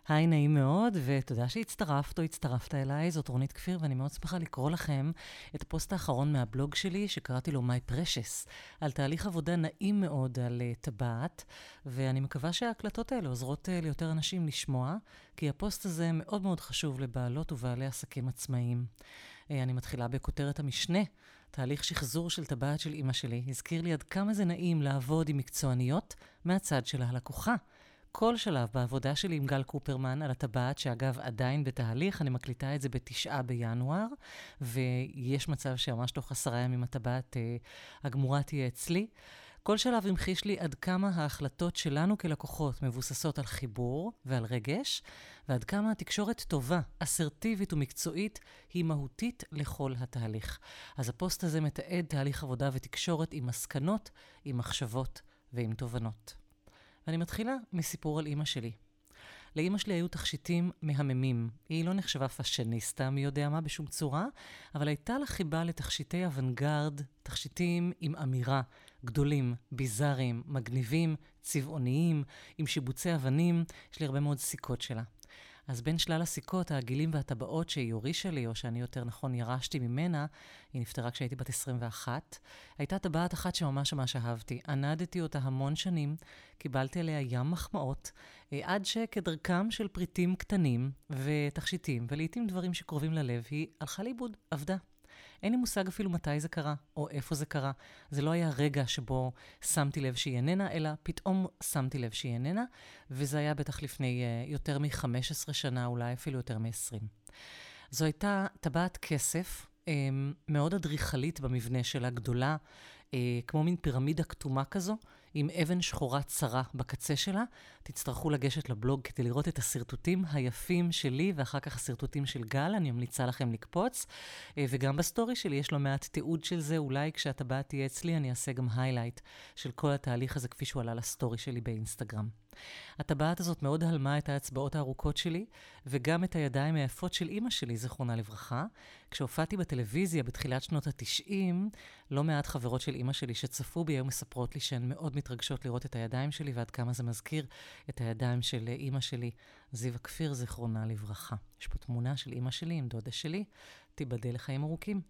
היי, נעים מאוד, ותודה שהצטרפת או הצטרפת אליי. זאת רונית כפיר, ואני מאוד שמחה לקרוא לכם את הפוסט האחרון מהבלוג שלי, שקראתי לו My Precious, על תהליך עבודה נעים מאוד על טבעת, ואני מקווה שההקלטות האלה עוזרות ליותר אנשים לשמוע, כי הפוסט הזה מאוד מאוד חשוב לבעלות ובעלי עסקים עצמאיים. אני מתחילה בכותרת המשנה, תהליך שחזור של טבעת של אמא שלי. הזכיר לי עד כמה זה נעים לעבוד עם מקצועניות מהצד של הלקוחה. כל שלב בעבודה שלי עם גל קופרמן על הטבעת, שאגב עדיין בתהליך, אני מקליטה את זה ב9 בינואר, ויש מצב שממש תוך 10 ימים הטבעת הגמורה תהיה אצלי. כל שלב המחיש לי עד כמה ההחלטות שלנו כלקוחות מבוססות על חיבור ועל רגש, ועד כמה התקשורת טובה, אסרטיבית ומקצועית היא מהותית לכל התהליך. אז הפוסט הזה מתעד תהליך עבודה ותקשורת עם מסקנות, עם מחשבות ועם תובנות. ואני מתחילה מסיפור על אמא שלי. לאמא שלי היו תכשיטים מהממים. היא לא נחשבה פאשניסטה, מי יודע מה, בשום צורה, אבל הייתה לה חיבה לתכשיטי אוונגרד, תכשיטים עם אמירה, גדולים, ביזאריים, מגניבים, צבעוניים, עם שיבוצי אבנים. יש לי הרבה מאוד סיכות שלה. אז בין שלל הסיכות, העגילים והטבעות שהיא הורישה לי, או שאני יותר נכון ירשתי ממנה, היא נפטרה כשהייתי בת 21, הייתה טבעת אחת שממש ממש אהבתי. ענדתי אותה המון שנים, קיבלתי עליה ים מחמאות, עד שכדרכם של פריטים קטנים ותכשיטים, ולעיתים דברים שקרובים ללב, היא הלכה לאיבוד, עבדה. אין לי מושג אפילו מתי זה קרה, או איפה זה קרה. זה לא היה רגע שבו שמתי לב שהיא איננה, אלא פתאום שמתי לב שהיא איננה, וזה היה בטח לפני יותר מ-15 שנה, אולי אפילו יותר מ-20. זו הייתה טבעת כסף, מאוד אדריכלית במבנה שלה, גדולה, כמו מין פירמידה כתומה כזו, עם אבן שחורה צרה בקצה שלה. תצטרכו לגשת לבלוג כדי לראות את הסרטוטים היפים שלי, ואחר כך הסרטוטים של גל, אני ממליצה לכם לקפוץ. וגם בסטורי שלי יש לו מעט תיעוד של זה, אולי כשהטבעת תהיה אצלי אני אעשה גם היילייט של כל התהליך הזה, כפי שהוא עלה לסטורי שלי באינסטגרם. הטבעת הזאת מאוד הלמה את האצבעות הארוכות שלי, וגם את הידיים היפות של אמא שלי, זכרונה לברכה. כשהופעתי בטלוויזיה בתחילת שנות ה-90, לא מעט חברות של אמא שלי שצפו בי היו מספרות לי שהן מאוד מתרגשות לראות את הידיים שלי, ועד כמה זה מזכיר את הידיים של אמא שלי, זיווה כפיר, זכרונה לברכה. יש פה תמונה של אמא שלי עם דודה שלי, תיבדל לחיים ארוכים.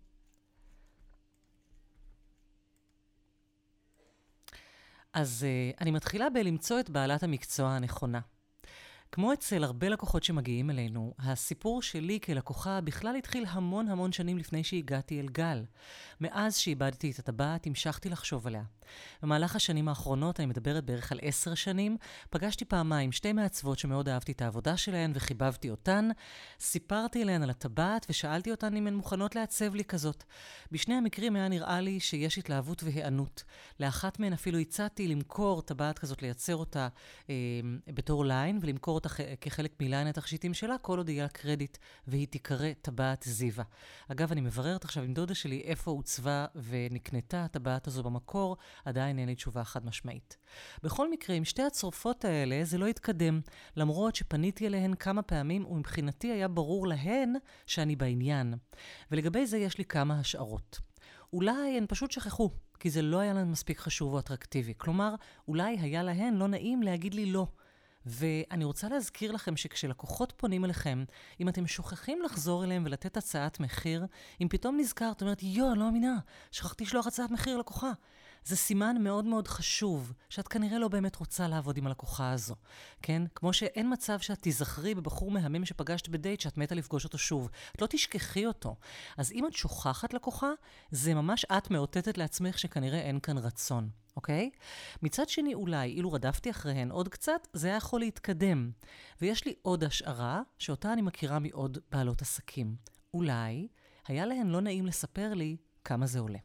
אז אני מתחילה בלמצוא את בעלת המקצוע הנכונה. כמו אצל הרבה לקוחות שמגיעים אלינו, הסיפור שלי כלקוחה בכלל התחיל המון שנים לפני שהגעתי אל גל. מאז שאיבדתי את הטבעת, המשכתי לחשוב עליה. במהלך השנים האחרונות, אני מדברת בערך על 10 שנים, פגשתי פעמיים 2 מעצבות שמאוד אהבתי את העבודה שלהן וחיבבתי אותן. סיפרתי אליהן על הטבעת ושאלתי אותן אם הן מוכנות לעצב לי כזאת. בשני המקרים היה נראה לי שיש התלהבות והיענות. לאחת מהן אפילו הצעתי למכור טבעת כזאת, לייצר אותה בתור ליין ולמכור אותה כחלק מליין התכשיטים שלה, כל עוד יהיה קרדיט, והיא תיקרא טבעת זיווה. אגב, אני מבררת עכשיו עם דודה שלי איפה הוצבה ונקנתה הטבעת הזו במקור, עדיין אין לי תשובה חד משמעית. בכל מקרה, עם שתי הצרופות האלה זה לא התקדם, למרות שפניתי אליהן כמה פעמים, ומבחינתי היה ברור להן שאני בעניין. ולגבי זה יש לי כמה השערות. אולי הן פשוט שכחו, כי זה לא היה להן מספיק חשוב או אטרקטיבי. כלומר, אולי היה להן לא נעים להגיד לי לא. ואני רוצה להזכיר לכם שכשלקוחות פונים אליכם, אם אתם שוכחים לחזור אליהם ולתת הצעת מחיר, אם פתאום נזכרת, אומרת, לא מאמינה, שכחתי לשלוח הצעת מחיר לקוחה. זה סימן מאוד מאוד חשוב, שאת כנראה לא באמת רוצה לעבוד עם הלקוחה הזו. כן? כמו שאין מצב שאת תזכרי בבחור מהמם שפגשת בדייט, שאת מתה לפגוש אותו שוב. את לא תשכחי אותו. אז אם את שוכחת לקוחה, זה ממש את מאותתת לעצמך שכנראה אין כאן רצון. אוקיי? מצד שני, אולי, אילו רדפתי אחריהן עוד קצת, זה היה יכול להתקדם. ויש לי עוד השערה, שאותה אני מכירה מעוד בעלות עסקים. אולי, היה להן לא נעים לספר לי כמה זה עולה.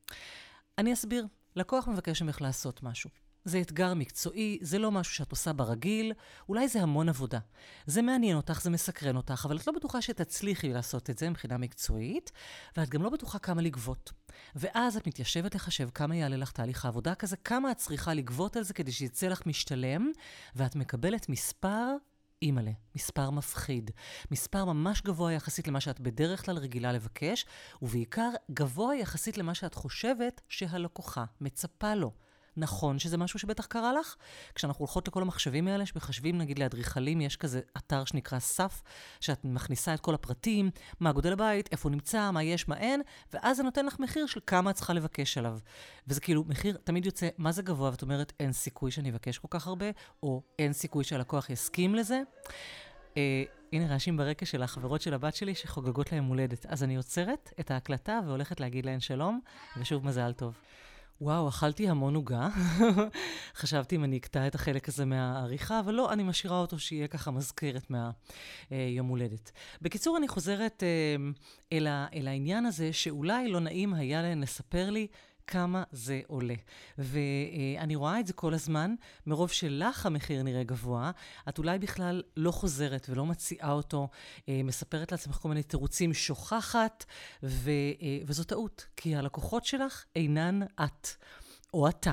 אני אסביר. לקוח מבקש ממך לעשות משהו. זה אתגר מקצועי, זה לא משהו שאת עושה ברגיל, אולי זה המון עבודה. זה מעניין אותך, זה מסקרן אותך, אבל את לא בטוחה שתצליחי לעשות את זה מבחינה מקצועית, ואת גם לא בטוחה כמה לגבות. ואז את מתיישבת לחשב כמה יעלה לך תהליך העבודה כזה, כמה את צריכה לגבות על זה כדי שיצא לך משתלם, ואת מקבלת מספר אימאלה, מספר מפחיד, מספר ממש גבוה יחסית למה שאת בדרך כלל רגילה לבקש, ובעיקר גבוה יחסית למה שאת חושבת שהלקוחה מצפה לו. נכון שזה משהו שבטח קרה לך. כשאנחנו הולכות לכל המחשבים האלה, שמחשבים נגיד לאדריכלים, יש כזה אתר שנקרא סף, שאת מכניסה את כל הפרטים, מה גודל הבית, איפה הוא נמצא, מה יש, מה אין, ואז זה נותן לך מחיר של כמה את צריכה לבקש עליו. וזה כאילו, מחיר תמיד יוצא, מה זה גבוה? ואת אומרת, אין סיכוי שאני אבקש כל כך הרבה, או אין סיכוי שהלקוח יסכים לזה. הנה רעשים ברקע של החברות של הבת שלי שחוגגות להם הולדת. אז אני עוצרת את ההקלטה והולכת להגיד להן שלום, ושוב מזל טוב. וואו, אכלתי המון עוגה. חשבתי אם אני אקטע את החלק הזה מהעריכה, אבל לא, אני משאירה אותו שיהיה ככה מזכרת מהיום הולדת. בקיצור, אני חוזרת אל העניין הזה שאולי לא נעים היה להן לספר לי כמה זה עולה. ואני רואה את זה כל הזמן, מרוב שלך המחיר נראה גבוה, את אולי בכלל לא חוזרת ולא מציעה אותו, מספרת לעצמך כל מיני תירוצים, שוכחת, וזו טעות, כי הלקוחות שלך אינן את או אתה.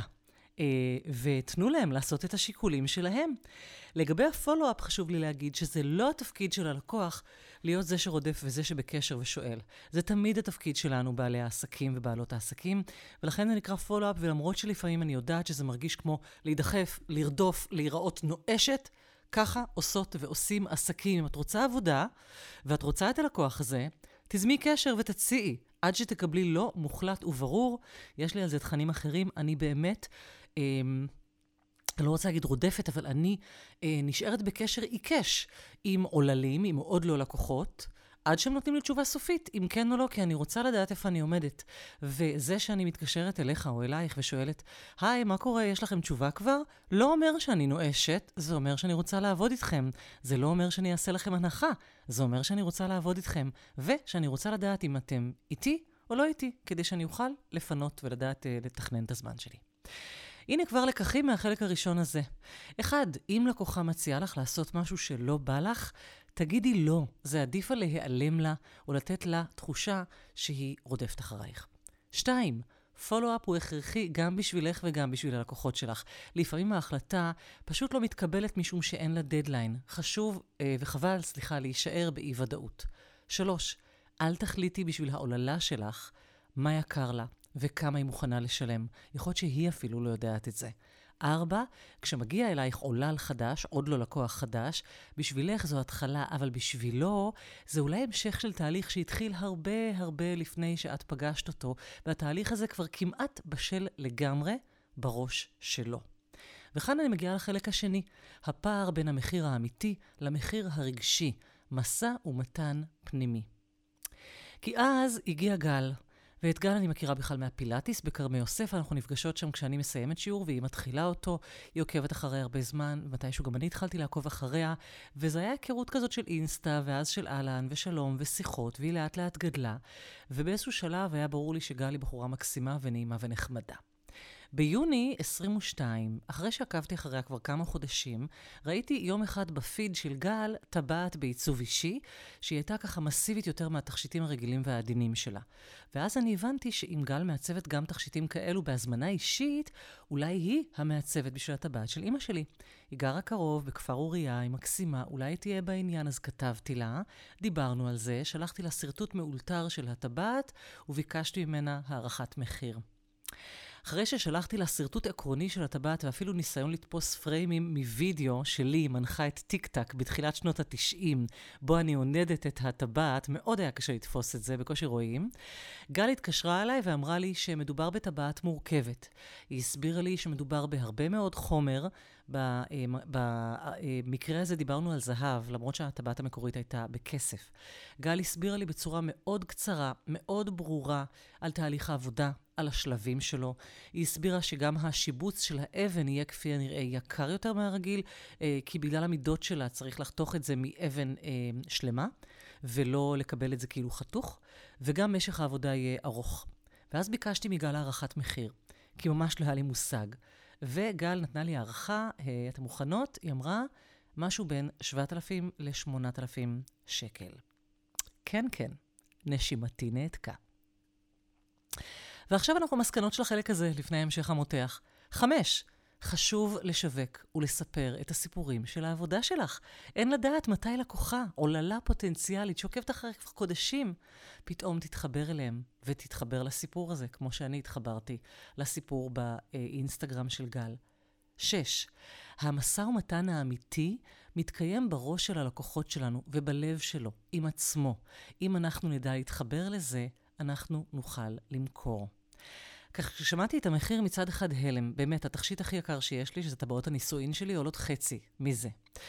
ותנו להם לעשות את השיקולים שלהם. לגבי הפולו-אפ חשוב לי להגיד שזה לא התפקיד של הלקוח להיות זה שרודף וזה שבקשר ושואל. זה תמיד התפקיד שלנו, בעלי העסקים ובעלות העסקים, ולכן זה נקרא פולו-אפ, ולמרות שלפעמים אני יודעת שזה מרגיש כמו להידחף, לרדוף, להיראות נואשת, ככה עושות ועושים עסקים. אם את רוצה עבודה ואת רוצה את הלקוח הזה, תזמי קשר ותציעי. עד שתקבלי לא מוחלט וברור, יש לי על זה תכנים אחרים, אני באמת, אני לא רוצה להגיד רודפת, אבל אני נשארת בקשר עיקש עם עוללים, עם עוד לא לקוחות, עד שהם נותנים לי תשובה סופית, אם כן או לא, כי אני רוצה לדעת איפה אני עומדת. וזה שאני מתקשרת אליך או אלייך ושואלת, היי, מה קורה? יש לכם תשובה כבר? לא אומר שאני נואשת, זה אומר שאני רוצה לעבוד איתכם. זה לא אומר שאני אעשה לכם הנחה, זה אומר שאני רוצה לעבוד איתכם, ושאני רוצה לדעת אם אתם איתי או לא איתי, כדי שאני אוכל לפנות ולדעת לתכנן את הזמן שלי. הנה כבר לקחים מהחלק הראשון הזה. 1, אם לקוחה מציעה לך לעשות משהו שלא בא לך, תגידי לא. זה עדיף על להיעלם לה או לתת לה תחושה שהיא רודפת אחרייך. 2, פולו-אפ הוא הכרחי גם בשבילך וגם בשביל הלקוחות שלך. לפעמים ההחלטה פשוט לא מתקבלת משום שאין לה דדליין. חשוב וחבל, להישאר באי ודאות. 3, אל תחליטי בשביל העוללה שלך מה יקר לה וכמה היא מוכנה לשלם. יכול להיות שהיא אפילו לא יודעת את זה. 4, כשמגיע אלייך עולל חדש, עוד לא לקוח חדש, בשבילך זו התחלה, אבל בשבילו זה אולי המשך של תהליך שהתחיל הרבה לפני שאת פגשת אותו, והתהליך הזה כבר כמעט בשל לגמרי בראש שלו. וכאן אני מגיעה לחלק השני, הפער בין המחיר האמיתי למחיר הרגשי, מסע ומתן פנימי. כי אז הגיע גל, ואת גל אני מכירה בכלל מהפילאטיס בקרמי יוסף, אנחנו נפגשות שם כשאני מסיימת שיעור והיא מתחילה אותו, היא עוקבת אחרי הרבה זמן, ומתישהו גם אני התחלתי לעקוב אחריה, וזה היה היכרות כזאת של אינסטה, ואז של אלן ושלום ושיחות, והיא לאט לאט גדלה, ובאיזשהו שלב היה ברור לי שגל היא בחורה מקסימה ונעימה ונחמדה. ביוני 22, אחרי שעקבתי אחריה כבר כמה חודשים, ראיתי יום אחד בפיד של גל טבעת בעיצוב אישי, שהיא הייתה ככה מסיבית יותר מהתכשיטים הרגילים והעדינים שלה. ואז אני הבנתי שאם גל מעצבת גם תכשיטים כאלו בהזמנה אישית, אולי היא המעצבת בשביל הטבעת של אמא שלי. היא גרה קרוב בכפר אוריה, היא מקסימה, אולי תהיה בעניין, אז כתבתי לה, דיברנו על זה, שלחתי לה סרטוט מאולתר של הטבעת, וביקשתי ממנה הערכת מחיר. אחרי ששלחתי לה סרטוט עקרוני של הטבעת ואפילו ניסיון לתפוס פריימים מווידאו שלי מנחה את טיק טק בתחילת שנות ה-90, בו אני עונדת את הטבעת, מאוד היה קשה לתפוס את זה, בקושי רואים. גל התקשרה אליי ואמרה לי שמדובר בטבעת מורכבת. היא הסבירה לי שמדובר בהרבה מאוד חומר, במקרה הזה דיברנו על זהב, למרות שהטבעת המקורית הייתה בכסף. גל הסבירה לי בצורה מאוד קצרה, מאוד ברורה, על תהליך העבודה, על השלבים שלו. היא הסבירה שגם השיבוץ של האבן יהיה כפי הנראה יקר יותר מהרגיל, כי בגלל המידות שלה צריך לחתוך את זה מאבן שלמה, ולא לקבל את זה כאילו חתוך, וגם משך העבודה יהיה ארוך. ואז ביקשתי מגל הערכת מחיר, כי ממש לא היה לי מושג. וגל נתנה לי הערכה, אתם מוכנות? היא אמרה, משהו בין 7,000 ל-8,000 שקל. כן, כן, נשימתי נעתקה. ועכשיו אנחנו מסקנות של החלק הזה, לפני המשך המותח. 5. חשוב לשווק ולספר את הסיפורים של העבודה שלך. אין לדעת מתי לקוחה, עוללה פוטנציאלית, שעוקבת אחרי חודשים, פתאום תתחבר אליהם ותתחבר לסיפור הזה, כמו שאני התחברתי לסיפור באינסטגרם של גל. 6. המשא ומתן האמיתי מתקיים בראש של הלקוחות שלנו ובלב שלו, עם עצמו. אם אנחנו נדע להתחבר לזה, אנחנו נוכל למכור. כך ששמעתי את המחיר מצד אחד הלם, באמת, התכשיט הכי יקר שיש לי, שזה טבעות הנישואין שלי, עולות חצי מזה.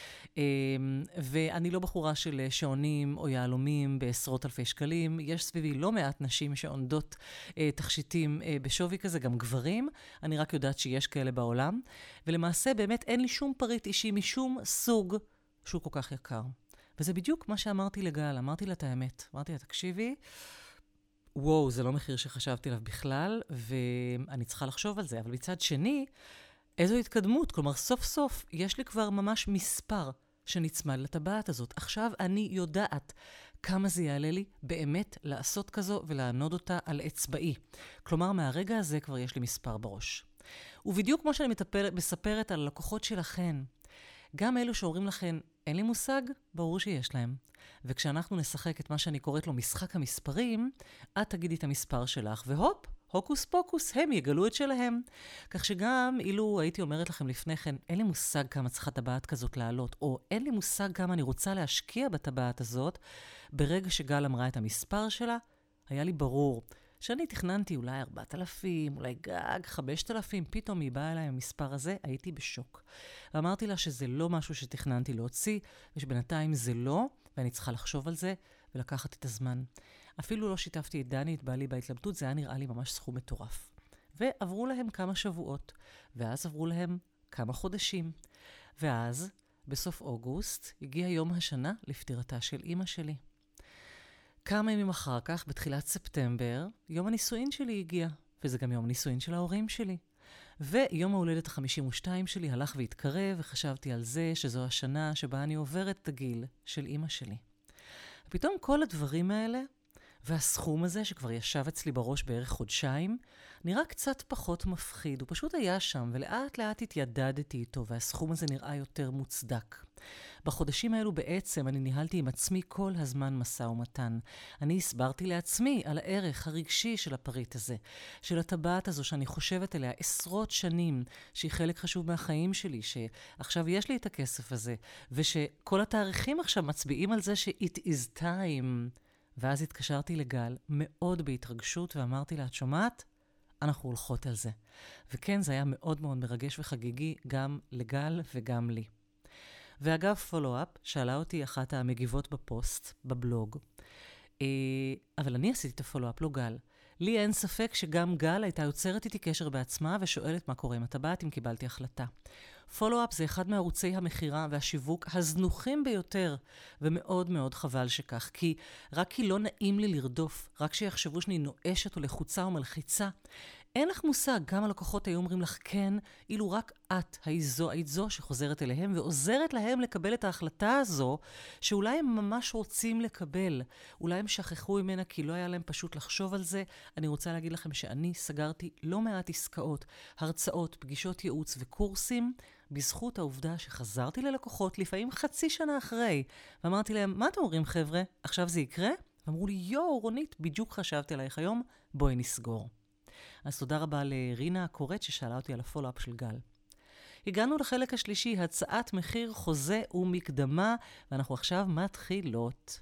ואני לא בחורה של שעונים או יהלומים בעשרות אלפי שקלים, יש סביבי לא מעט נשים שעונדות תכשיטים בשווי כזה, גם גברים, אני רק יודעת שיש כאלה בעולם, ולמעשה באמת אין לי שום פריט אישי משום סוג שהוא כל כך יקר. וזה בדיוק מה שאמרתי לגל, אמרתי לה את האמת, אמרתי לה, תקשיבי, וואו, זה לא מחיר שחשבתי עליו בכלל, ואני צריכה לחשוב על זה. אבל מצד שני, איזו התקדמות. כלומר, סוף סוף יש לי כבר ממש מספר שנצמד לטבעת הזאת. עכשיו אני יודעת כמה זה יעלה לי באמת לעשות כזו ולענוד אותה על אצבעי. כלומר, מהרגע הזה כבר יש לי מספר בראש. ובדיוק כמו שאני מספרת על הלקוחות שלכן, גם אלו שאומרים לכן, אין לי מושג, ברור שיש להם. וכשאנחנו נשחק את מה שאני קוראת לו משחק המספרים, את תגידי את המספר שלך, והופ, הוקוס פוקוס, הם יגלו את שלהם. כך שגם אילו הייתי אומרת לכם לפני כן, אין לי מושג כמה צריכה טבעת כזאת לעלות, או אין לי מושג כמה אני רוצה להשקיע בטבעת הזאת, ברגע שגל אמרה את המספר שלה, היה לי ברור שאני תכננתי אולי 4,000, אולי גג 5,000, פתאום היא באה אליי המספר הזה, הייתי בשוק. ואמרתי לה שזה לא משהו שתכננתי להוציא, ושבינתיים זה לא, ואני צריכה לחשוב על זה ולקחת את הזמן. אפילו לא שיתפתי את דני, את בעלי בהתלבטות, זה היה נראה לי ממש סכום מטורף. ועברו להם כמה שבועות, ואז עברו להם כמה חודשים. ואז, בסוף אוגוסט, הגיע יום השנה לפטירתה של אמא שלי. כמה ימים אחר כך, בתחילת ספטמבר, יום הנישואין שלי הגיע, וזה גם יום הנישואין של ההורים שלי. ויום ההולדת ה-52 שלי הלך והתקרב, וחשבתי על זה שזו השנה שבה אני עוברת את הגיל של אמא שלי. ופתאום כל הדברים האלה, והסכום הזה שכבר ישב אצלי בראש בערך חודשיים, נראה קצת פחות מפחיד. הוא פשוט היה שם, ולאט לאט התיידדתי איתו, והסכום הזה נראה יותר מוצדק. בחודשים האלו בעצם אני ניהלתי עם עצמי כל הזמן מסע ומתן. אני הסברתי לעצמי על הערך הרגשי של הפריט הזה, של הטבעת הזו שאני חושבת עליה עשרות שנים, שהיא חלק חשוב מהחיים שלי, שעכשיו יש לי את הכסף הזה, ושכל התאריכים עכשיו מצביעים על זה ש-it is time. ואז התקשרתי לגל מאוד בהתרגשות ואמרתי לה, את שומעת? אנחנו הולכות על זה. וכן, זה היה מאוד מאוד מרגש וחגיגי גם לגל וגם לי. ואגב, פולו-אפ, שאלה אותי אחת המגיבות בפוסט, בבלוג, אבל אני עשיתי את הפולו-אפ, לא גל. לי אין ספק שגם גל הייתה יוצרת איתי קשר בעצמה ושואלת מה קורה עם הטבעת אם קיבלתי החלטה. פולו-אפ זה אחד מערוצי המחירה והשיווק הזנוחים ביותר, ומאוד מאוד חבל שכך, כי לא נעים לי לרדוף, רק שיחשבו שאני נואשת או לחוצה או מלחיצה. אין לך מושג, גם הלקוחות היו אומרים לך כן, אילו רק את היית זו שחוזרת אליהם ועוזרת להם לקבל את ההחלטה הזו, שאולי הם ממש רוצים לקבל. אולי הם שכחו ממנה כי לא היה להם פשוט לחשוב על זה. אני רוצה להגיד לכם שאני סגרתי לא מעט עסקאות, הרצאות, פגישות ייעוץ וקורסים, בזכות העובדה שחזרתי ללקוחות לפעמים חצי שנה אחרי, ואמרתי להם, מה אתם אומרים חבר'ה? עכשיו זה יקרה? ואמרו לי, יו, רונית, בדיוק חשבתי עלייך היום, בואי נסגור. אז תודה רבה לרינה הקוראת ששאלה אותי על הפולו-אפ של גל. הגענו לחלק השלישי, הצעת מחיר, חוזה ומקדמה, ואנחנו עכשיו מתחילות.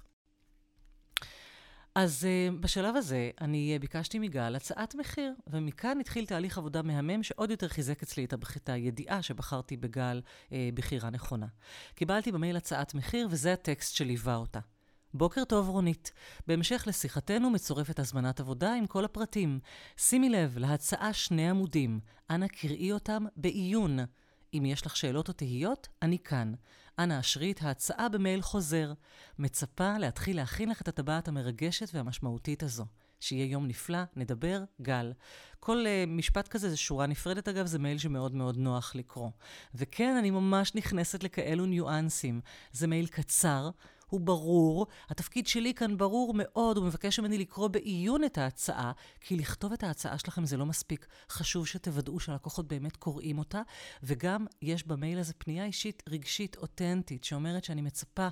אז בשלב הזה אני ביקשתי מגל הצעת מחיר, ומכאן התחיל תהליך עבודה מהמם שעוד יותר חיזק אצלי את הידיעה שבחרתי בגל בחירה נכונה. קיבלתי במייל הצעת מחיר וזה הטקסט שליווה אותה. בוקר טוב רונית, בהמשך לשיחתנו מצורפת הזמנת עבודה עם כל הפרטים. שימי לב להצעה 2 עמודים, אנא קראי אותם בעיון. אם יש לך שאלות או תהיות, אני כאן. אנא אשרי את ההצעה במייל חוזר. מצפה להתחיל להכין לך את הטבעת המרגשת והמשמעותית הזו. שיהיה יום נפלא, נדבר, גל. כל משפט כזה זה שורה נפרדת אגב, זה מייל שמאוד מאוד נוח לקרוא. וכן, אני ממש נכנסת לכאלו ניואנסים. זה מייל קצר, הוא ברור, התפקיד שלי כאן ברור מאוד, הוא מבקש ממני לקרוא בעיון את ההצעה, כי לכתוב את ההצעה שלכם זה לא מספיק. חשוב שתוודאו שהלקוחות באמת קוראים אותה, וגם יש במייל הזה פנייה אישית רגשית אותנטית, שאומרת שאני מצפה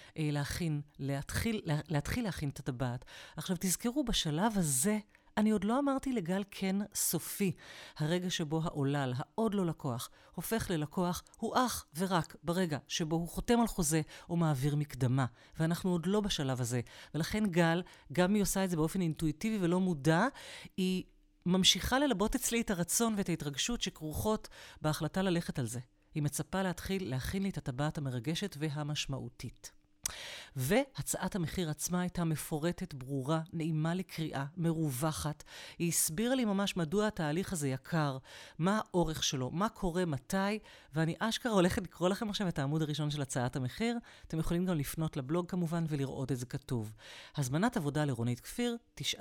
להתחיל להכין את הטבעת. עכשיו תזכרו, בשלב הזה, אני עוד לא אמרתי לגל כן סופי. הרגע שבו העולל, העוד לא לקוח, הופך ללקוח, הוא אך ורק ברגע שבו הוא חותם על חוזה או מעביר מקדמה. ואנחנו עוד לא בשלב הזה. ולכן גל, גם היא עושה את זה באופן אינטואיטיבי ולא מודע, היא ממשיכה ללבות אצלי את הרצון ואת ההתרגשות שכרוכות בהחלטה ללכת על זה. היא מצפה להתחיל להכין לי את הטבעת המרגשת והמשמעותית. והצעת המחיר עצמה הייתה מפורטת, ברורה, נעימה לקריאה, מרווחת. היא הסבירה לי ממש מדוע התהליך הזה יקר, מה האורך שלו, מה קורה, מתי, ואני אשכרה הולכת לקרוא לכם עכשיו את העמוד הראשון של הצעת המחיר. אתם יכולים גם לפנות לבלוג כמובן ולראות את זה כתוב. הזמנת עבודה לרונית כפיר,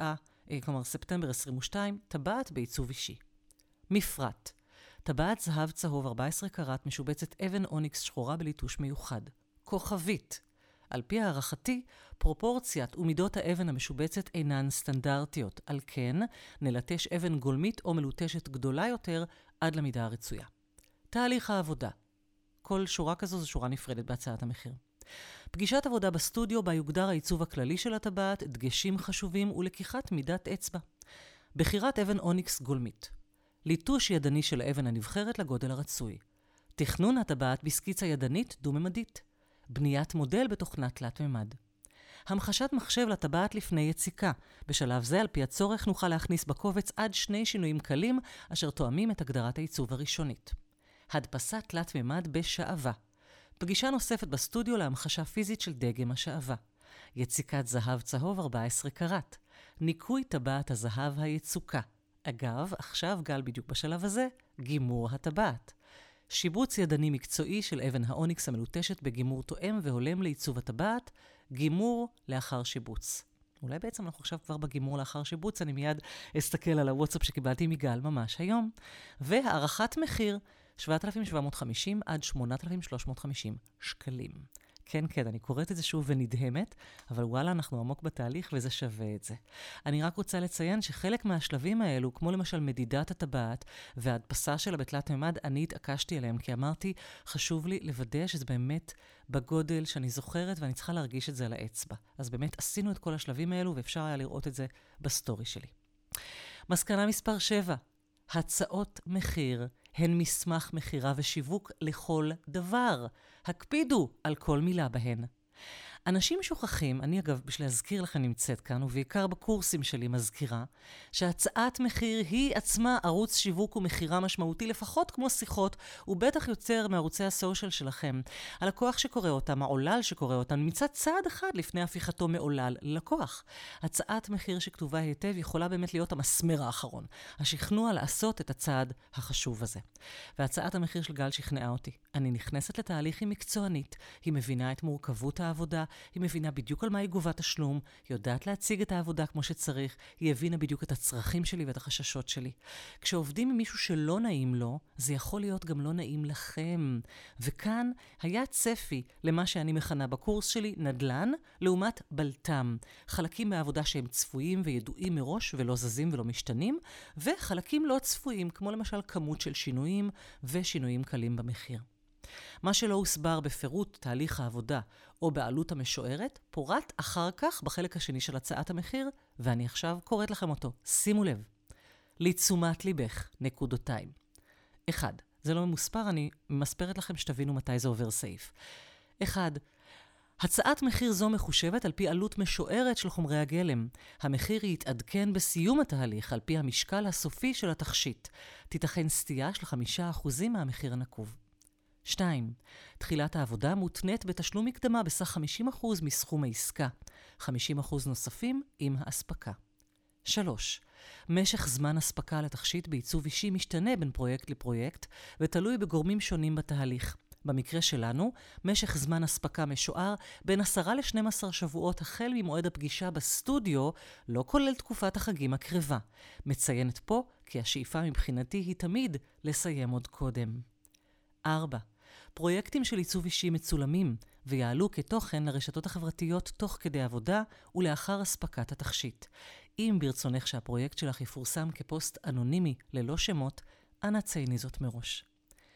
ספטמבר 22, טבעת בעיצוב אישי. מפרט. טבעת זהב צהוב 14 קראט משובצת אבן אוניקס שחורה בליטוש מיוחד. כוכבית. על פי הערכתי, פרופורציית ומידות האבן המשובצת אינן סטנדרטיות. על כן, נלטש אבן גולמית או מלוטשת גדולה יותר עד למידה הרצויה. תהליך העבודה. כל שורה כזו זו שורה נפרדת בהצעת המחיר. פגישת עבודה בסטודיו בה יוגדר העיצוב הכללי של הטבעת, דגשים חשובים ולקיחת מידת אצבע. בחירת אבן אוניקס גולמית. ליטוש ידני של האבן הנבחרת לגודל הרצוי. תכנון הטבעת בסקיצה ידנית דו-ממדית. בניית מודל בתוכנת תלת ממד. המחשת מחשב לטבעת לפני יציקה. בשלב זה, על פי הצורך, נוכל להכניס בקובץ עד 2 שינויים קלים, אשר תואמים את הגדרת העיצוב הראשונית. הדפסת תלת ממד בשעבה. פגישה נוספת בסטודיו להמחשה פיזית של דגם השעבה. יציקת זהב צהוב 14 קראט. ניקוי טבעת הזהב היצוקה. אגב, עכשיו גל בדיוק בשלב הזה, גימור הטבעת. שיבוץ ידני מקצועי של אבן האוניקס המלוטשת בגימור תואם והולם לעיצוב הטבעת, גימור לאחר שיבוץ. אולי בעצם אנחנו עכשיו כבר בגימור לאחר שיבוץ, אני מיד אסתכל על הוואטסאפ שקיבלתי מגל ממש היום. והערכת מחיר 7,750 עד 8,350 שקלים. כן, אני קוראת את זה שוב ונדהמת, אבל וואלה, אנחנו עמוק בתהליך וזה שווה את זה. אני רק רוצה לציין שחלק מהשלבים האלו, כמו למשל מדידת הטבעת וההדפסה שלה בתלת ממד, אני התעקשתי עליהם, כי אמרתי, חשוב לי לוודא שזה באמת בגודל שאני זוכרת ואני צריכה להרגיש את זה על האצבע. אז באמת עשינו את כל השלבים האלו ואפשר היה לראות את זה בסטורי שלי. מסקנה מספר 7. הצעות מחיר הן מסמך מחירה ושיווק לכל דבר. הקפידו על כל מילה בהן. אנשים שוכחים, אני אגב בשביל להזכיר לכם נמצאת כאן, ובעיקר בקורסים שלי מזכירה, שהצעת מחיר היא עצמה ערוץ שיווק ומחירה משמעותי, לפחות כמו שיחות, ובטח יוצר מערוצי הסושיאל שלכם. הלקוח שקורא אותם, העולל שקורא אותם, נמצא צעד אחד לפני הפיכתו מעולל ללקוח. הצעת מחיר שכתובה היטב יכולה באמת להיות המסמר האחרון, השכנוע לעשות את הצעד החשוב הזה. והצעת המחיר של גל שכנעה אותי. אני נכנסת לתהליך עם מקצוענית, היא מבינה את מורכבות העבודה, היא מבינה בדיוק על מה היא גובה תשלום, היא יודעת להציג את העבודה כמו שצריך, היא הבינה בדיוק את הצרכים שלי ואת החששות שלי. כשעובדים עם מישהו שלא נעים לו, זה יכול להיות גם לא נעים לכם. וכאן היה צפי למה שאני מכנה בקורס שלי נדלן, לעומת בלטם. חלקים מהעבודה שהם צפויים וידועים מראש ולא זזים ולא משתנים, וחלקים לא צפויים, כמו למשל כמות של שינויים ושינויים קלים במחיר. מה שלא הוסבר בפירוט תהליך העבודה או בעלות המשוערת, פורט אחר כך בחלק השני של הצעת המחיר, ואני עכשיו קוראת לכם אותו. שימו לב. לתשומת ליבך, נקודותיים. 1. זה לא ממוספר, אני מספרת לכם שתבינו מתי זה עובר סעיף. 1. הצעת מחיר זו מחושבת על פי עלות משוערת של חומרי הגלם. המחיר יתעדכן בסיום התהליך על פי המשקל הסופי של התכשיט. תיתכן סטייה של 5% מהמחיר הנקוב. 2. תחילת העבודה מותנית בתשלום מקדמה בסך 50% מסכום העסקה, 50% נוספים עם האספקה. 3. משך זמן אספקה לתכשיט בעיצוב אישי משתנה בין פרויקט לפרויקט ותלוי בגורמים שונים בתהליך. במקרה שלנו, משך זמן אספקה משוער בין 10 ל-12 שבועות החל ממועד הפגישה בסטודיו, לא כולל תקופת החגים הקרבה. מציינת פה כי השאיפה מבחינתי היא תמיד לסיים עוד קודם. 4. פרויקטים של עיצוב אישי מצולמים, ויעלו כתוכן לרשתות החברתיות תוך כדי עבודה ולאחר הספקת התכשיט. אם ברצונך שהפרויקט שלך יפורסם כפוסט אנונימי ללא שמות, אנא צייני זאת מראש.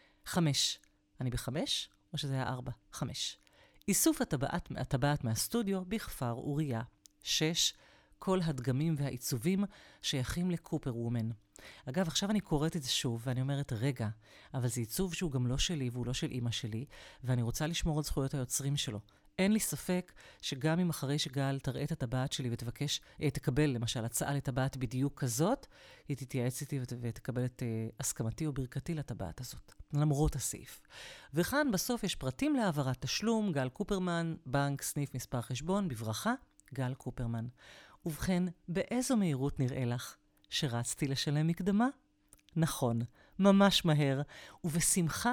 5. אני ב5? או שזה היה 4? 5. איסוף הטבעת מהסטודיו בכפר אוריה. 6. כל הדגמים והעיצובים שייכים לקופר וומן. אגב, עכשיו אני קוראת את זה שוב, ואני אומרת, רגע, אבל זה עיצוב שהוא גם לא שלי והוא לא של אמא שלי, ואני רוצה לשמור על זכויות היוצרים שלו. אין לי ספק שגם אם אחרי שגל תראה את הטבעת שלי ותבקש, תקבל למשל הצעה לטבעת בדיוק כזאת, היא תתייעץ איתי ותקבל את הסכמתי או ברכתי לטבעת הזאת, למרות הסעיף. וכאן בסוף יש פרטים להעברת תשלום, גל קופרמן, בנק, סניף, מספר חשבון, בברכה, גל קופרמן. ובכן, באיזו מהירות נראה לך שרצתי לשלם מקדמה? נכון, ממש מהר, ובשמחה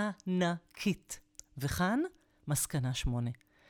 ענקית. וכאן, מסקנה 8.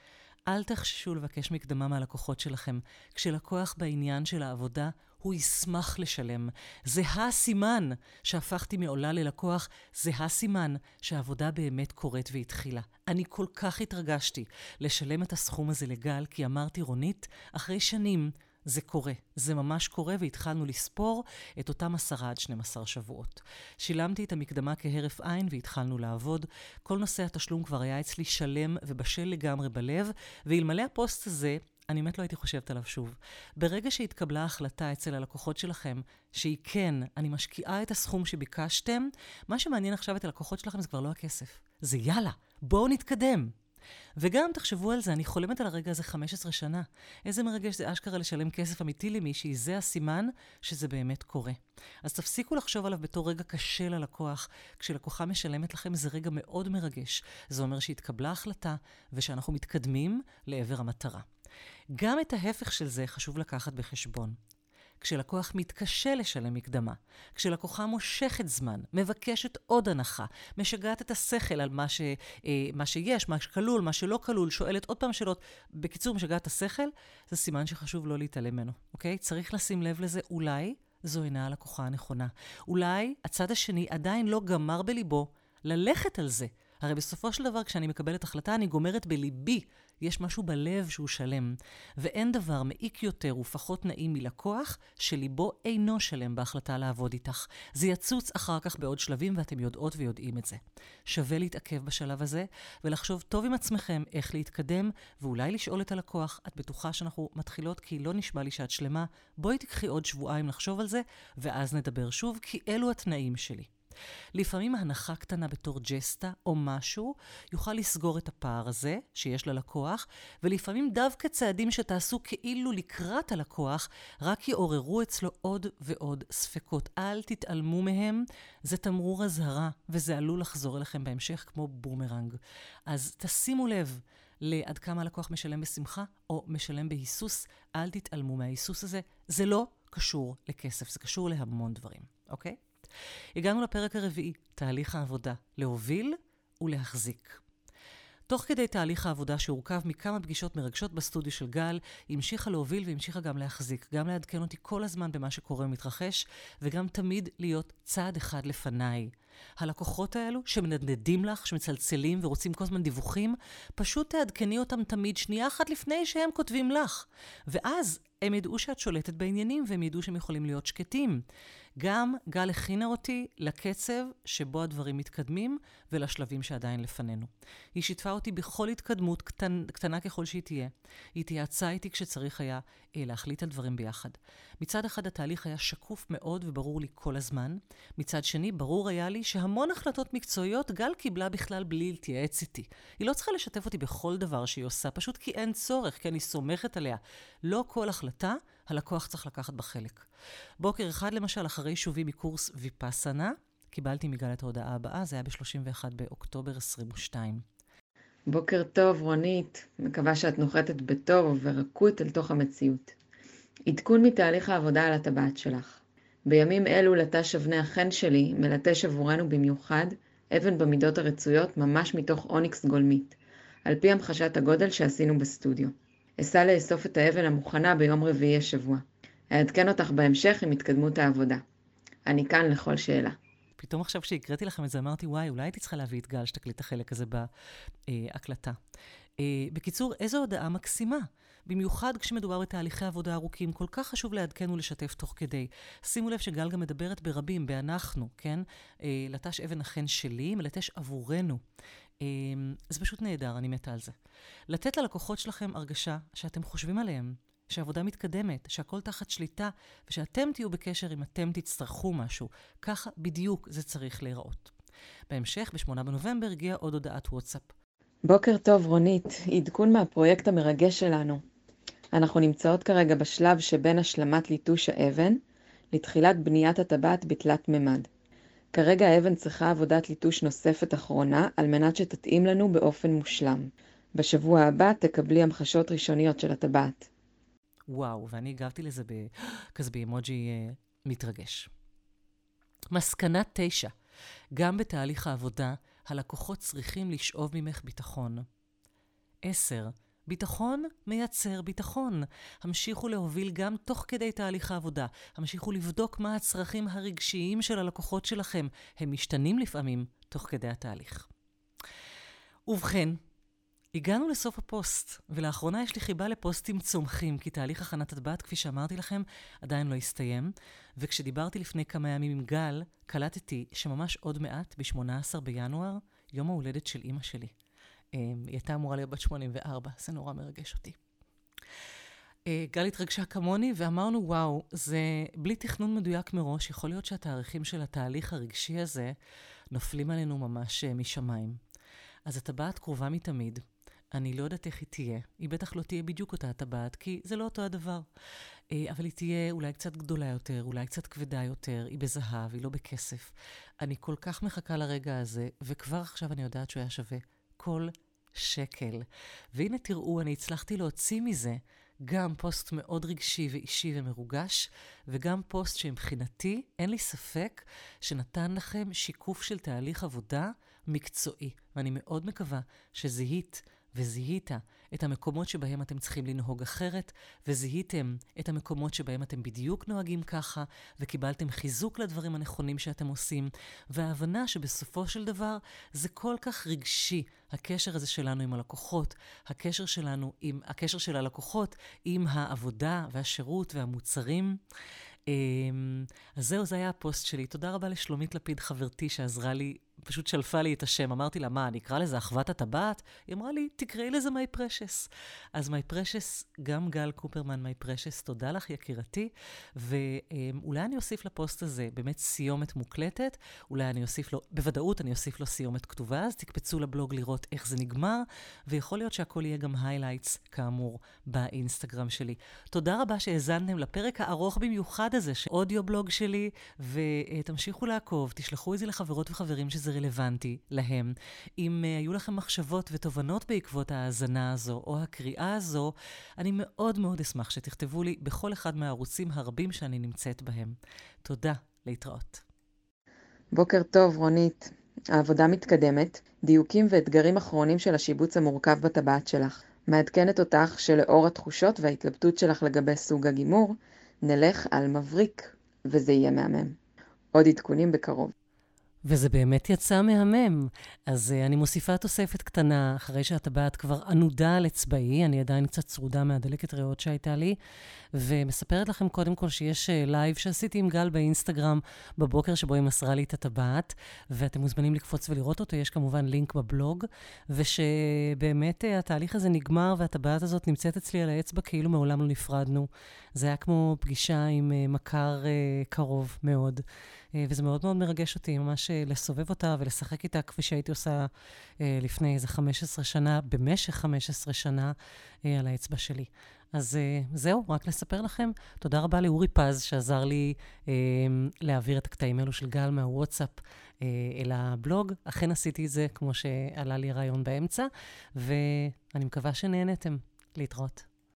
אל תחששו לבקש מקדמה מהלקוחות שלכם. כשלקוח בעניין של העבודה, הוא ישמח לשלם. זה הסימן שהפכתי מעולה ללקוח, זה הסימן שהעבודה באמת קורית והתחילה. אני כל כך התרגשתי לשלם את הסכום הזה לגל, כי אמרתי, רונית, אחרי שנים זה קורה. זה ממש קורה, והתחלנו לספור את אותם 10 עד 12 שבועות. שילמתי את המקדמה כהרף עין והתחלנו לעבוד. כל נושא התשלום כבר היה אצלי שלם ובשל לגמרי בלב, ואלמלא הפוסט הזה, אני באמת לא הייתי חושבת עליו שוב. ברגע שהתקבלה ההחלטה אצל הלקוחות שלכם, שהיא כן, אני משקיעה את הסכום שביקשתם, מה שמעניין עכשיו את הלקוחות שלכם זה כבר לא הכסף. זה יאללה, בואו נתקדם. וגם תחשבו על זה, אני חולמת על הרגע הזה 15 שנה. איזה מרגש זה אשכרה לשלם כסף אמיתי למישהי, זה הסימן שזה באמת קורה. אז תפסיקו לחשוב עליו בתור רגע קשה ללקוח. כשלקוחה משלמת לכם זה רגע מאוד מרגש. זה אומר שהתקבלה החלטה ושאנחנו מתקדמים לעבר המטרה. גם את ההפך של זה חשוב לקחת בחשבון. כשלקוח מתקשה לשלם מקדמה, כשלקוחה מושכת זמן, מבקשת עוד הנחה, משגעת את השכל על מה שיש, מה שכלול, מה שלא כלול, שואלת עוד פעם שאלות, בקיצור משגעת את השכל, זה סימן שחשוב לא להתעלם ממנו, אוקיי? צריך לשים לב לזה, אולי זו אינה הלקוחה הנכונה. אולי הצד השני עדיין לא גמר בליבו ללכת על זה. הרי בסופו של דבר, כשאני מקבלת החלטה, אני גומרת בליבי. יש משהו בלב שהוא שלם. ואין דבר מעיק יותר ופחות נעים מלקוח, שליבו אינו שלם בהחלטה לעבוד איתך. זה יצוץ אחר כך בעוד שלבים, ואתם יודעות ויודעים את זה. שווה להתעכב בשלב הזה, ולחשוב טוב עם עצמכם איך להתקדם, ואולי לשאול את הלקוח, את בטוחה שאנחנו מתחילות כי לא נשמע לי שאת שלמה, בואי תקחי עוד שבועיים לחשוב על זה, ואז נדבר שוב, כי אלו התנאים שלי. לפעמים ההנחה קטנה בתור ג'סטה או משהו יוכל לסגור את הפער הזה שיש ללקוח, ולפעמים דווקא צעדים שתעשו כאילו לקראת הלקוח רק יעוררו אצלו עוד ועוד ספקות. אל תתעלמו מהם, זה תמרור אזהרה וזה עלול לחזור אליכם בהמשך כמו בומרנג. אז תשימו לב לעד כמה הלקוח משלם בשמחה או משלם בהיסוס. אל תתעלמו מההיסוס הזה, זה לא קשור לכסף, זה קשור להמון דברים, אוקיי? הגענו לפרק הרביעי, תהליך העבודה, להוביל ולהחזיק. תוך כדי תהליך העבודה שהורכב מכמה פגישות מרגשות בסטודיו של גל, המשיכה להוביל והמשיכה גם להחזיק, גם לעדכן אותי כל הזמן במה שקורה ומתרחש, וגם תמיד להיות צעד אחד לפניי. הלקוחות האלו שמנדנדים לך, שמצלצלים ורוצים כל הזמן דיווחים, פשוט תעדכני אותם תמיד שנייה אחת לפני שהם כותבים לך. ואז הם ידעו שאת שולטת בעניינים והם ידעו שהם יכולים להיות שקטים. גם גל הכינה אותי לקצב שבו הדברים מתקדמים ולשלבים שעדיין לפנינו. היא שיתפה אותי בכל התקדמות קטנה ככל שהיא תהיה. היא התייעצה איתי כשצריך היה להחליט על דברים ביחד. מצד אחד התהליך היה שקוף מאוד וברור לי כל הזמן. מצד שני ברור היה לי שהמון החלטות מקצועיות גל קיבלה בכלל בלי להתייעץ איתי. היא לא צריכה לשתף אותי בכל דבר שהיא עושה, פשוט כי אין צורך, כי אני סומכת עליה. לא כל החלטה הלקוח צריך לקחת בחלק. בוקר אחד למשל, אחרי שובי מקורס ויפאסנה, קיבלתי מגל את ההודעה הבאה, זה היה ב-31 באוקטובר 22. בוקר טוב רונית, מקווה שאת נוחתת בטוב ורכות אל תוך המציאות. עדכון מתהליך העבודה על הטבעת שלך. בימים אלו לטש אבני החן שלי מלטש עבורנו במיוחד אבן במידות הרצויות ממש מתוך אוניקס גולמית, על פי המחשת הגודל שעשינו בסטודיו. אסע לאסוף את האבן המוכנה ביום רביעי השבוע. אעדכן אותך בהמשך עם התקדמות העבודה. אני כאן לכל שאלה. פתאום עכשיו כשהקראתי לכם את זה אמרתי, וואי, אולי הייתי צריכה להביא את גל שתקליט את החלק הזה בהקלטה. בקיצור, איזו הודעה מקסימה. במיוחד כשמדובר בתהליכי עבודה ארוכים, כל כך חשוב לעדכן ולשתף תוך כדי. שימו לב שגל גם מדברת ברבים, באנחנו, כן? לטש אבן החן שלי, מלטש עבורנו. זה פשוט נהדר, אני מתה על זה. לתת ללקוחות שלכם הרגשה שאתם חושבים עליהם, שהעבודה מתקדמת, שהכל תחת שליטה, ושאתם תהיו בקשר אם אתם תצטרכו משהו. ככה בדיוק זה צריך להיראות. בהמשך, ב-8 בנובמבר, הגיעה עוד הודעת וואטסאפ. בוקר טוב רונית, עדכון מהפרויקט המרגש שלנו. אנחנו נמצאות כרגע בשלב שבין השלמת ליטוש האבן לתחילת בניית הטבעת בתלת ממד. כרגע האבן צריכה עבודת ליטוש נוספת אחרונה על מנת שתתאים לנו באופן מושלם. בשבוע הבא תקבלי המחשות ראשוניות של הטבעת. וואו, ואני הגבתי לזה כזה באמוג'י מתרגש. מסקנה 9. גם בתהליך העבודה, הלקוחות צריכים לשאוב ממך ביטחון. 10. ביטחון מייצר ביטחון. המשיכו להוביל גם תוך כדי תהליך העבודה. המשיכו לבדוק מה הצרכים הרגשיים של הלקוחות שלכם. הם משתנים לפעמים תוך כדי התהליך. ובכן, הגענו לסוף הפוסט, ולאחרונה יש לי חיבה לפוסטים צומחים, כי תהליך הכנת הטבעת, כפי שאמרתי לכם, עדיין לא הסתיים, וכשדיברתי לפני כמה ימים עם גל, קלטתי שממש עוד מעט, ב-18 בינואר, יום ההולדת של אמא שלי. היא הייתה אמורה להיות בת 84, זה נורא מרגש אותי. גל התרגשה כמוני, ואמרנו, וואו, זה בלי תכנון מדויק מראש, יכול להיות שהתאריכים של התהליך הרגשי הזה נופלים עלינו ממש משמיים. אז הטבעת קרובה מתמיד. אני לא יודעת איך היא תהיה. היא בטח לא תהיה בדיוק אותה הטבעת, כי זה לא אותו הדבר. אבל היא תהיה אולי קצת גדולה יותר, אולי קצת כבדה יותר, היא בזהב, היא לא בכסף. אני כל כך מחכה לרגע הזה, וכבר עכשיו אני יודעת שהוא היה שווה כל שקל. והנה תראו, אני הצלחתי להוציא מזה גם פוסט מאוד רגשי ואישי ומרוגש, וגם פוסט שמבחינתי, אין לי ספק, שנתן לכם שיקוף של תהליך עבודה מקצועי. ואני מאוד מקווה שזיהית וזיהית את המקומות שבהם אתם צריכים לנהוג אחרת, וזיהיתם את המקומות שבהם אתם בדיוק נוהגים ככה, וקיבלתם חיזוק לדברים הנכונים שאתם עושים, וההבנה שבסופו של דבר זה כל כך רגשי, הקשר הזה שלנו עם הלקוחות, הקשר של הלקוחות עם העבודה והשירות והמוצרים. אז זהו, זה היה הפוסט שלי. תודה רבה לשלומית לפיד חברתי שעזרה לי, פשוט שלפה לי את השם. אמרתי לה, מה, אני אקרא לזה אחוות הטבעת? היא אמרה לי, תקראי לזה My Precious. אז My Precious, גם גל קופרמן My Precious, תודה לך יקירתי. ואולי אני אוסיף לפוסט הזה באמת סיומת מוקלטת, אולי אני אוסיף לו, בוודאות אני אוסיף לו סיומת כתובה, אז תקפצו לבלוג לראות איך זה נגמר, ויכול להיות שהכל יהיה גם highlights כאמור באינסטגרם שלי. תודה רבה שהאזנתם לפרק הארוך במיוחד הזה, שאודיו בלוג שלי, ותמשיכו לעקוב, תשלחו את זה לחברות וחברים שזה רלוונטי להם. אם היו לכם מחשבות ותובנות בעקבות ההאזנה הזו או הקריאה הזו, אני מאוד מאוד אשמח שתכתבו לי בכל אחד מהערוצים הרבים שאני נמצאת בהם. תודה, להתראות. בוקר טוב רונית, העבודה מתקדמת, דיוקים ואתגרים אחרונים של השיבוץ המורכב בטבעת שלך. מעדכנת אותך שלאור התחושות וההתלבטות שלך לגבי סוג הגימור, נלך על מבריק, וזה יהיה מהמם. עוד עדכונים בקרוב. וזה באמת יצא מהמם. אז אני מוסיפה תוספת קטנה, אחרי שהטבעת כבר ענודה על אצבעי, אני עדיין קצת צרודה מהדלקת ריאות שהייתה לי, ומספרת לכם קודם כל שיש לייב שעשיתי עם גל באינסטגרם בבוקר שבו היא מסרה לי את הטבעת, ואתם מוזמנים לקפוץ ולראות אותו, יש כמובן לינק בבלוג, ושבאמת התהליך הזה נגמר, והטבעת הזאת נמצאת אצלי על האצבע כאילו מעולם לא נפרדנו. זה היה כמו פגישה עם מכר קרוב מאוד. וזה מאוד מאוד מרגש אותי, ממש לסובב אותה ולשחק איתה כפי שהייתי עושה לפני איזה 15 שנה, במשך 15 שנה על האצבע שלי. אז זהו, רק לספר לכם. תודה רבה לאורי פז שעזר לי להעביר את הקטעים האלו של גל מהוואטסאפ אל הבלוג. אכן עשיתי את זה כמו שעלה לי רעיון באמצע, ואני מקווה שנהנתם. להתראות.